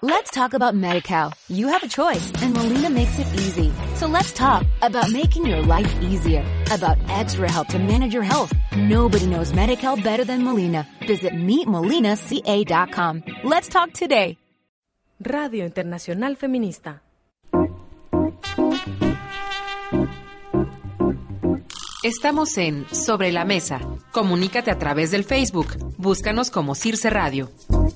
Let's talk about Medi-Cal. You have a choice, and Molina makes it easy. So let's talk about making your life easier, about extra help to manage your health. Nobody knows Medi-Cal better than Molina. Visit meetmolinaca.com. Let's talk today. Radio Internacional Feminista. Estamos en Sobre la Mesa. Comunícate a través del Facebook. Búscanos como Circe Radio.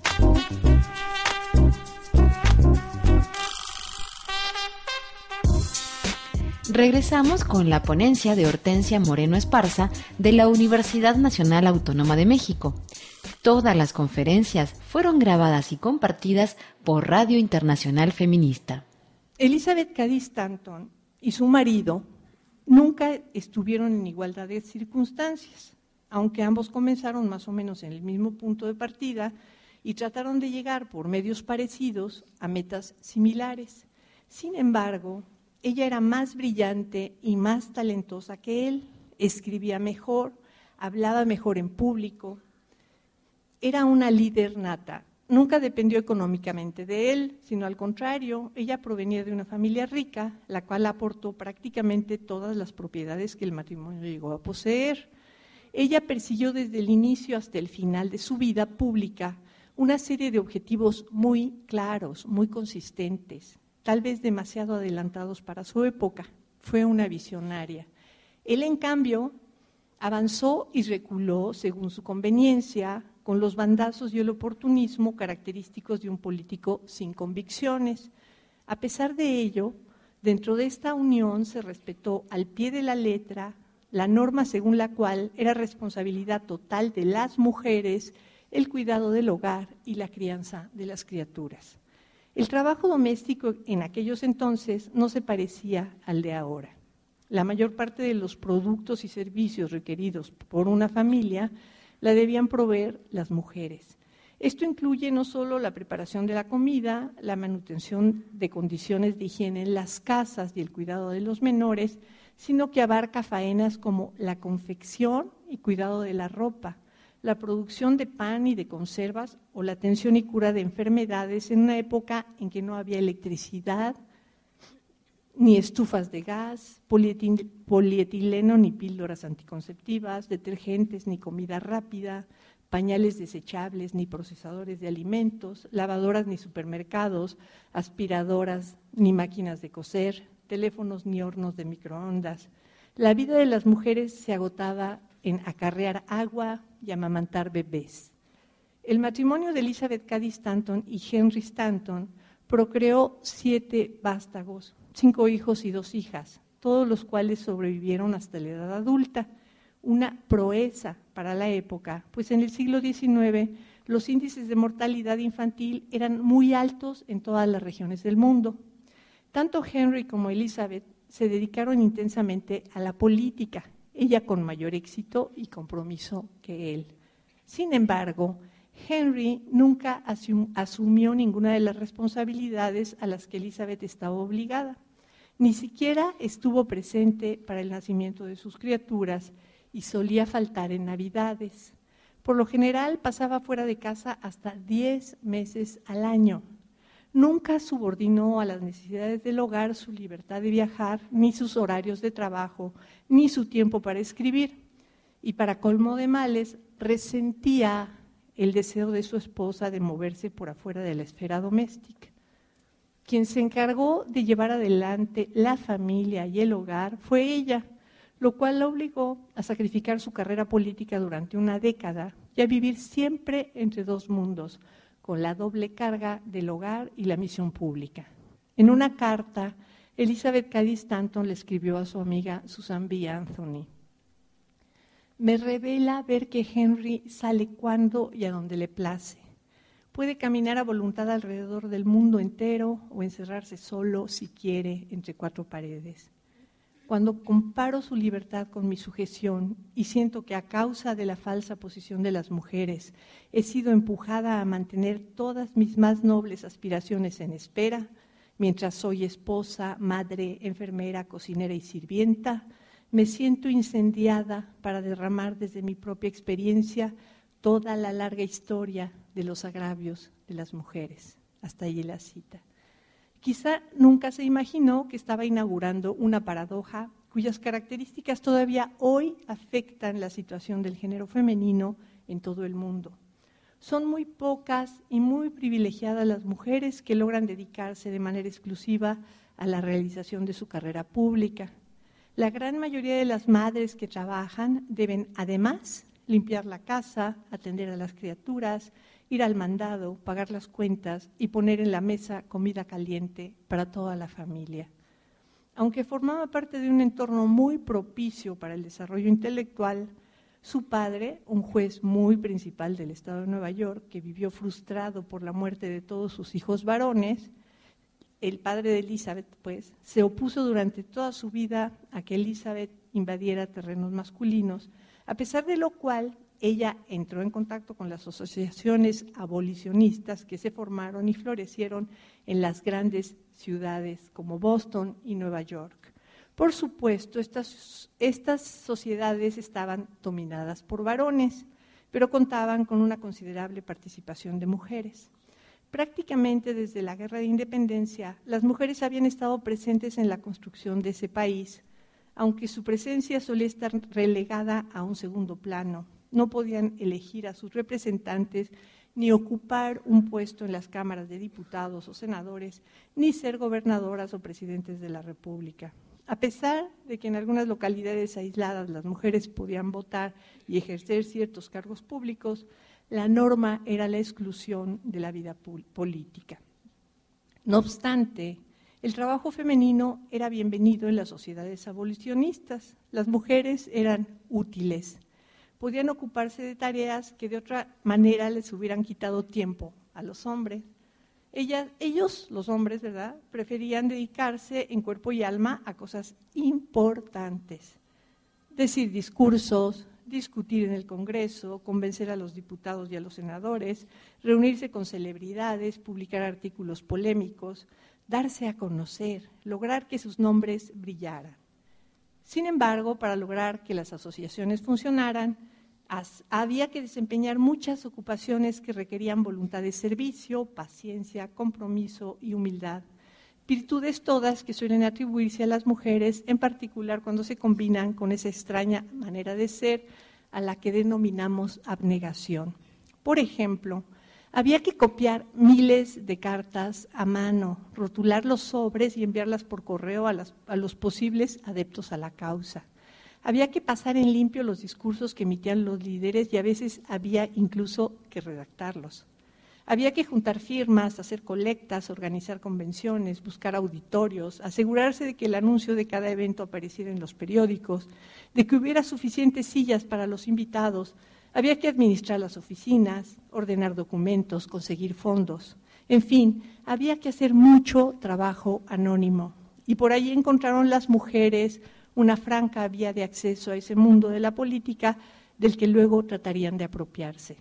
Regresamos con la ponencia de Hortensia Moreno Esparza de la Universidad Nacional Autónoma de México. Todas las conferencias fueron grabadas y compartidas por Radio Internacional Feminista. Elizabeth Cady Stanton y su marido nunca estuvieron en igualdad de circunstancias, aunque ambos comenzaron más o menos en el mismo punto de partida y trataron de llegar por medios parecidos a metas similares. Sin embargo, ella era más brillante y más talentosa que él, escribía mejor, hablaba mejor en público, era una líder nata. Nunca dependió económicamente de él, sino al contrario, ella provenía de una familia rica, la cual aportó prácticamente todas las propiedades que el matrimonio llegó a poseer. Ella persiguió desde el inicio hasta el final de su vida pública una serie de objetivos muy claros, muy consistentes, tal vez demasiado adelantados para su época. Fue una visionaria. Él, en cambio, avanzó y reculó según su conveniencia, con los bandazos y el oportunismo característicos de un político sin convicciones. A pesar de ello, dentro de esta unión se respetó al pie de la letra la norma según la cual era responsabilidad total de las mujeres el cuidado del hogar y la crianza de las criaturas. El trabajo doméstico en aquellos entonces no se parecía al de ahora. La mayor parte de los productos y servicios requeridos por una familia la debían proveer las mujeres. Esto incluye no solo la preparación de la comida, la manutención de condiciones de higiene en las casas y el cuidado de los menores, sino que abarca faenas como la confección y cuidado de la ropa, la producción de pan y de conservas o la atención y cura de enfermedades en una época en que no había electricidad, ni estufas de gas, polietileno, ni píldoras anticonceptivas, detergentes, ni comida rápida, pañales desechables, ni procesadores de alimentos, lavadoras, ni supermercados, aspiradoras, ni máquinas de coser, teléfonos, ni hornos de microondas. La vida de las mujeres se agotaba en acarrear agua y amamantar bebés. El matrimonio de Elizabeth Cady Stanton y Henry Stanton procreó 7 vástagos, 5 hijos y 2 hijas, todos los cuales sobrevivieron hasta la edad adulta, una proeza para la época, pues en el siglo XIX los índices de mortalidad infantil eran muy altos en todas las regiones del mundo. Tanto Henry como Elizabeth se dedicaron intensamente a la política, ella con mayor éxito y compromiso que él. Sin embargo, Henry nunca asumió ninguna de las responsabilidades a las que Elizabeth estaba obligada. Ni siquiera estuvo presente para el nacimiento de sus criaturas y solía faltar en Navidades. Por lo general pasaba fuera de casa hasta 10 meses al año. Nunca subordinó a las necesidades del hogar su libertad de viajar, ni sus horarios de trabajo, ni su tiempo para escribir. Y para colmo de males, resentía el deseo de su esposa de moverse por afuera de la esfera doméstica. Quien se encargó de llevar adelante la familia y el hogar fue ella, lo cual la obligó a sacrificar su carrera política durante una década y a vivir siempre entre dos mundos, con la doble carga del hogar y la misión pública. En una carta, Elizabeth Cady Stanton le escribió a su amiga Susan B. Anthony: «Me revela ver que Henry sale cuando y a donde le place. Puede caminar a voluntad alrededor del mundo entero o encerrarse solo, si quiere, entre 4 paredes. Cuando comparo su libertad con mi sujeción y siento que a causa de la falsa posición de las mujeres he sido empujada a mantener todas mis más nobles aspiraciones en espera, mientras soy esposa, madre, enfermera, cocinera y sirvienta, me siento incendiada para derramar desde mi propia experiencia toda la larga historia de los agravios de las mujeres». Hasta ahí la cita. Quizá nunca se imaginó que estaba inaugurando una paradoja cuyas características todavía hoy afectan la situación del género femenino en todo el mundo. Son muy pocas y muy privilegiadas las mujeres que logran dedicarse de manera exclusiva a la realización de su carrera pública. La gran mayoría de las madres que trabajan deben además limpiar la casa, atender a las criaturas, ir al mandado, pagar las cuentas y poner en la mesa comida caliente para toda la familia. Aunque formaba parte de un entorno muy propicio para el desarrollo intelectual, su padre, un juez muy principal del estado de Nueva York, que vivió frustrado por la muerte de todos sus hijos varones, el padre de Elizabeth, pues, se opuso durante toda su vida a que Elizabeth invadiera terrenos masculinos, a pesar de lo cual ella entró en contacto con las asociaciones abolicionistas que se formaron y florecieron en las grandes ciudades como Boston y Nueva York. Por supuesto, estas sociedades estaban dominadas por varones, pero contaban con una considerable participación de mujeres. Prácticamente desde la Guerra de Independencia, las mujeres habían estado presentes en la construcción de ese país, aunque su presencia solía estar relegada a un segundo plano. No podían elegir a sus representantes, ni ocupar un puesto en las cámaras de diputados o senadores, ni ser gobernadoras o presidentes de la República. A pesar de que en algunas localidades aisladas las mujeres podían votar y ejercer ciertos cargos públicos, la norma era la exclusión de la vida política. No obstante, el trabajo femenino era bienvenido en las sociedades abolicionistas. Las mujeres eran útiles. Podían ocuparse de tareas que de otra manera les hubieran quitado tiempo a los hombres. Ellos, los hombres, ¿verdad?, preferían dedicarse en cuerpo y alma a cosas importantes. Decir discursos, discutir en el Congreso, convencer a los diputados y a los senadores, reunirse con celebridades, publicar artículos polémicos, darse a conocer, lograr que sus nombres brillaran. Sin embargo, para lograr que las asociaciones funcionaran, había que desempeñar muchas ocupaciones que requerían voluntad de servicio, paciencia, compromiso y humildad. Virtudes todas que suelen atribuirse a las mujeres, en particular cuando se combinan con esa extraña manera de ser a la que denominamos abnegación. Por ejemplo, había que copiar miles de cartas a mano, rotular los sobres y enviarlas por correo a los posibles adeptos a la causa. Había que pasar en limpio los discursos que emitían los líderes y a veces había incluso que redactarlos. Había que juntar firmas, hacer colectas, organizar convenciones, buscar auditorios, asegurarse de que el anuncio de cada evento apareciera en los periódicos, de que hubiera suficientes sillas para los invitados. Había que administrar las oficinas, ordenar documentos, conseguir fondos. En fin, había que hacer mucho trabajo anónimo. Y por allí encontraron las mujeres una franca vía de acceso a ese mundo de la política del que luego tratarían de apropiarse.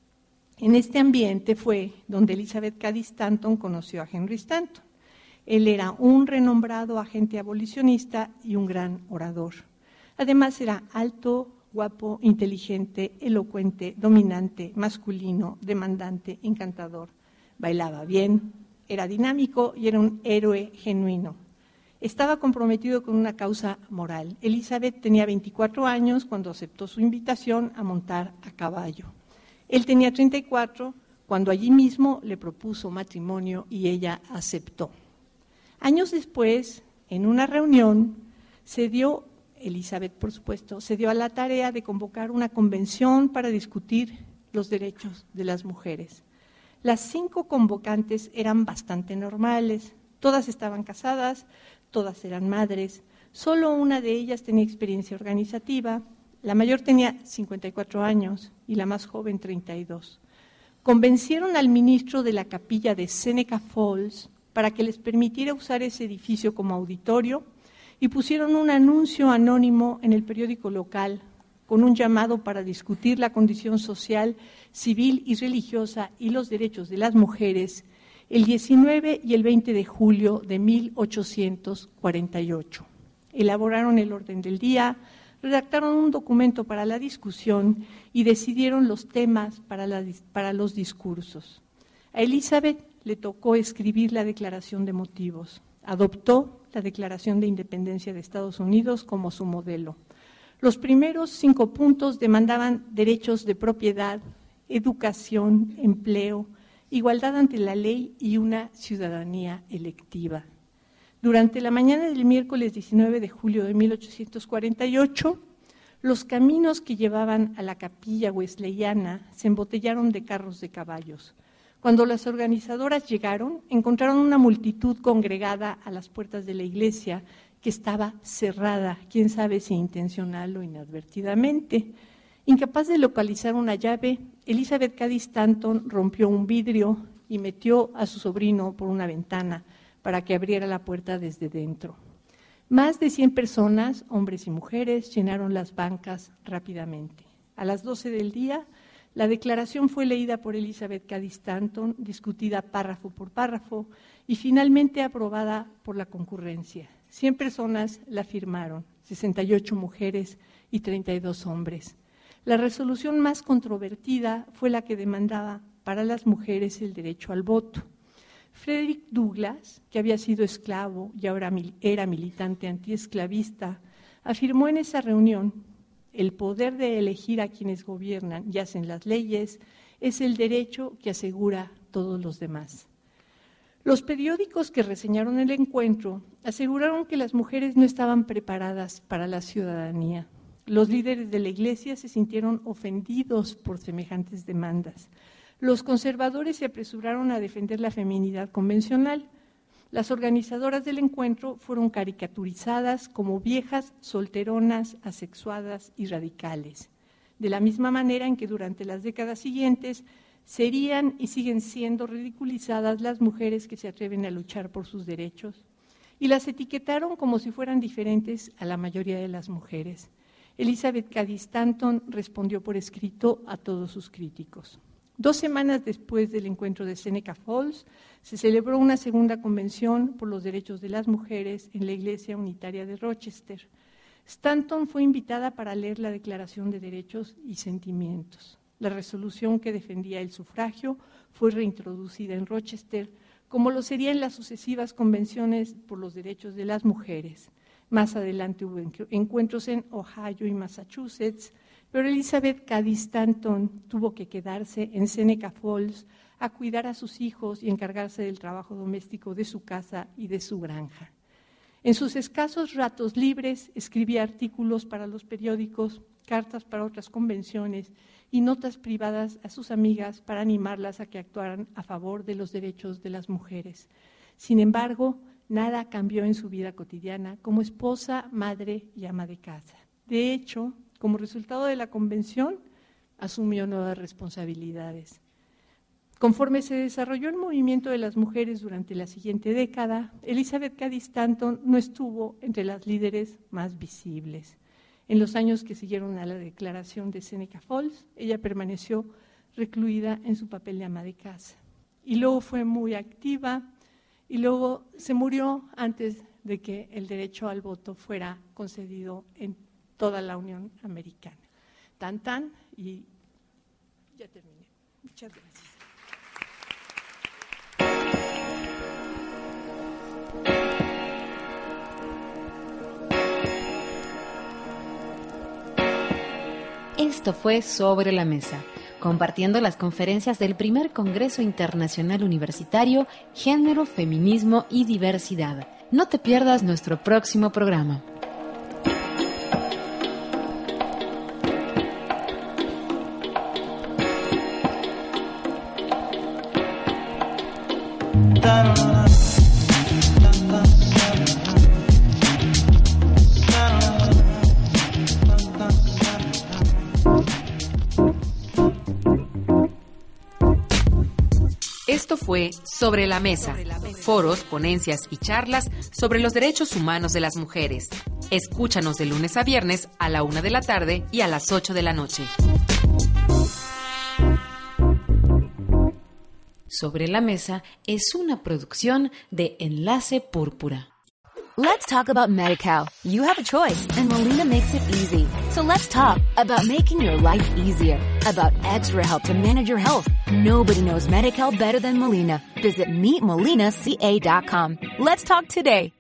En este ambiente fue donde Elizabeth Cady Stanton conoció a Henry Stanton. Él era un renombrado agente abolicionista y un gran orador. Además era alto, guapo, inteligente, elocuente, dominante, masculino, demandante, encantador. Bailaba bien, era dinámico y era un héroe genuino. Estaba comprometido con una causa moral. Elizabeth tenía 24 años cuando aceptó su invitación a montar a caballo. Él tenía 34 cuando allí mismo le propuso matrimonio y ella aceptó. Años después, en una reunión, Elizabeth, por supuesto, se dio a la tarea de convocar una convención para discutir los derechos de las mujeres. Las 5 convocantes eran bastante normales, todas estaban casadas, todas eran madres, solo una de ellas tenía experiencia organizativa, la mayor tenía 54 años y la más joven 32. Convencieron al ministro de la capilla de Seneca Falls para que les permitiera usar ese edificio como auditorio y pusieron un anuncio anónimo en el periódico local con un llamado para discutir la condición social, civil y religiosa y los derechos de las mujeres el 19 y el 20 de julio de 1848. Elaboraron el orden del día, redactaron un documento para la discusión y decidieron los temas para los discursos. A Elizabeth le tocó escribir la Declaración de Motivos. Adoptó la Declaración de Independencia de Estados Unidos como su modelo. Los primeros 5 puntos demandaban derechos de propiedad, educación, empleo, igualdad ante la ley y una ciudadanía electiva. Durante la mañana del miércoles 19 de julio de 1848, los caminos que llevaban a la capilla wesleyana se embotellaron de carros de caballos. Cuando las organizadoras llegaron, encontraron una multitud congregada a las puertas de la iglesia que estaba cerrada, quién sabe si intencional o inadvertidamente. Incapaz de localizar una llave, Elizabeth Cady Stanton rompió un vidrio y metió a su sobrino por una ventana para que abriera la puerta desde dentro. Más de 100 personas, hombres y mujeres, llenaron las bancas rápidamente. A las 12 del día, la declaración fue leída por Elizabeth Cady Stanton, discutida párrafo por párrafo y finalmente aprobada por la concurrencia. 100 personas la firmaron, 68 mujeres y 32 hombres. La resolución más controvertida fue la que demandaba para las mujeres el derecho al voto. Frederick Douglass, que había sido esclavo y ahora era militante antiesclavista, afirmó en esa reunión: el poder de elegir a quienes gobiernan y hacen las leyes es el derecho que asegura todos los demás. Los periódicos que reseñaron el encuentro aseguraron que las mujeres no estaban preparadas para la ciudadanía. Los líderes de la Iglesia se sintieron ofendidos por semejantes demandas. Los conservadores se apresuraron a defender la feminidad convencional. Las organizadoras del encuentro fueron caricaturizadas como viejas, solteronas, asexuadas y radicales. De la misma manera en que durante las décadas siguientes serían y siguen siendo ridiculizadas las mujeres que se atreven a luchar por sus derechos, y las etiquetaron como si fueran diferentes a la mayoría de las mujeres. Elizabeth Cady Stanton respondió por escrito a todos sus críticos. 2 semanas después del encuentro de Seneca Falls, se celebró una segunda convención por los derechos de las mujeres en la Iglesia Unitaria de Rochester. Stanton fue invitada para leer la Declaración de Derechos y Sentimientos. La resolución que defendía el sufragio fue reintroducida en Rochester, como lo sería en las sucesivas convenciones por los derechos de las mujeres. Más adelante hubo encuentros en Ohio y Massachusetts, pero Elizabeth Cady Stanton tuvo que quedarse en Seneca Falls a cuidar a sus hijos y encargarse del trabajo doméstico de su casa y de su granja. En sus escasos ratos libres escribía artículos para los periódicos, cartas para otras convenciones y notas privadas a sus amigas para animarlas a que actuaran a favor de los derechos de las mujeres. Sin embargo, nada cambió en su vida cotidiana como esposa, madre y ama de casa. De hecho, como resultado de la convención, asumió nuevas responsabilidades. Conforme se desarrolló el movimiento de las mujeres durante la siguiente década, Elizabeth Cady Stanton no estuvo entre las líderes más visibles. En los años que siguieron a la declaración de Seneca Falls, ella permaneció recluida en su papel de ama de casa. Y luego fue muy activa y luego se murió antes de que el derecho al voto fuera concedido en toda la Unión Americana. Tan, y ya terminé. Muchas gracias. Esto fue Sobre la Mesa, compartiendo las conferencias del primer Congreso Internacional Universitario Género, Feminismo y Diversidad. No te pierdas nuestro próximo programa. Esto fue Sobre la Mesa, foros, ponencias y charlas sobre los derechos humanos de las mujeres. Escúchanos de lunes a viernes a la 1 de la tarde y a las 8 de la noche. Sobre la Mesa es una producción de Enlace Púrpura. Let's talk about Medi-Cal. You have a choice, and Molina makes it easy. So let's talk about making your life easier, about extra help to manage your health. Nobody knows Medi-Cal better than Molina. Visit meetmolinaca.com. Let's talk today.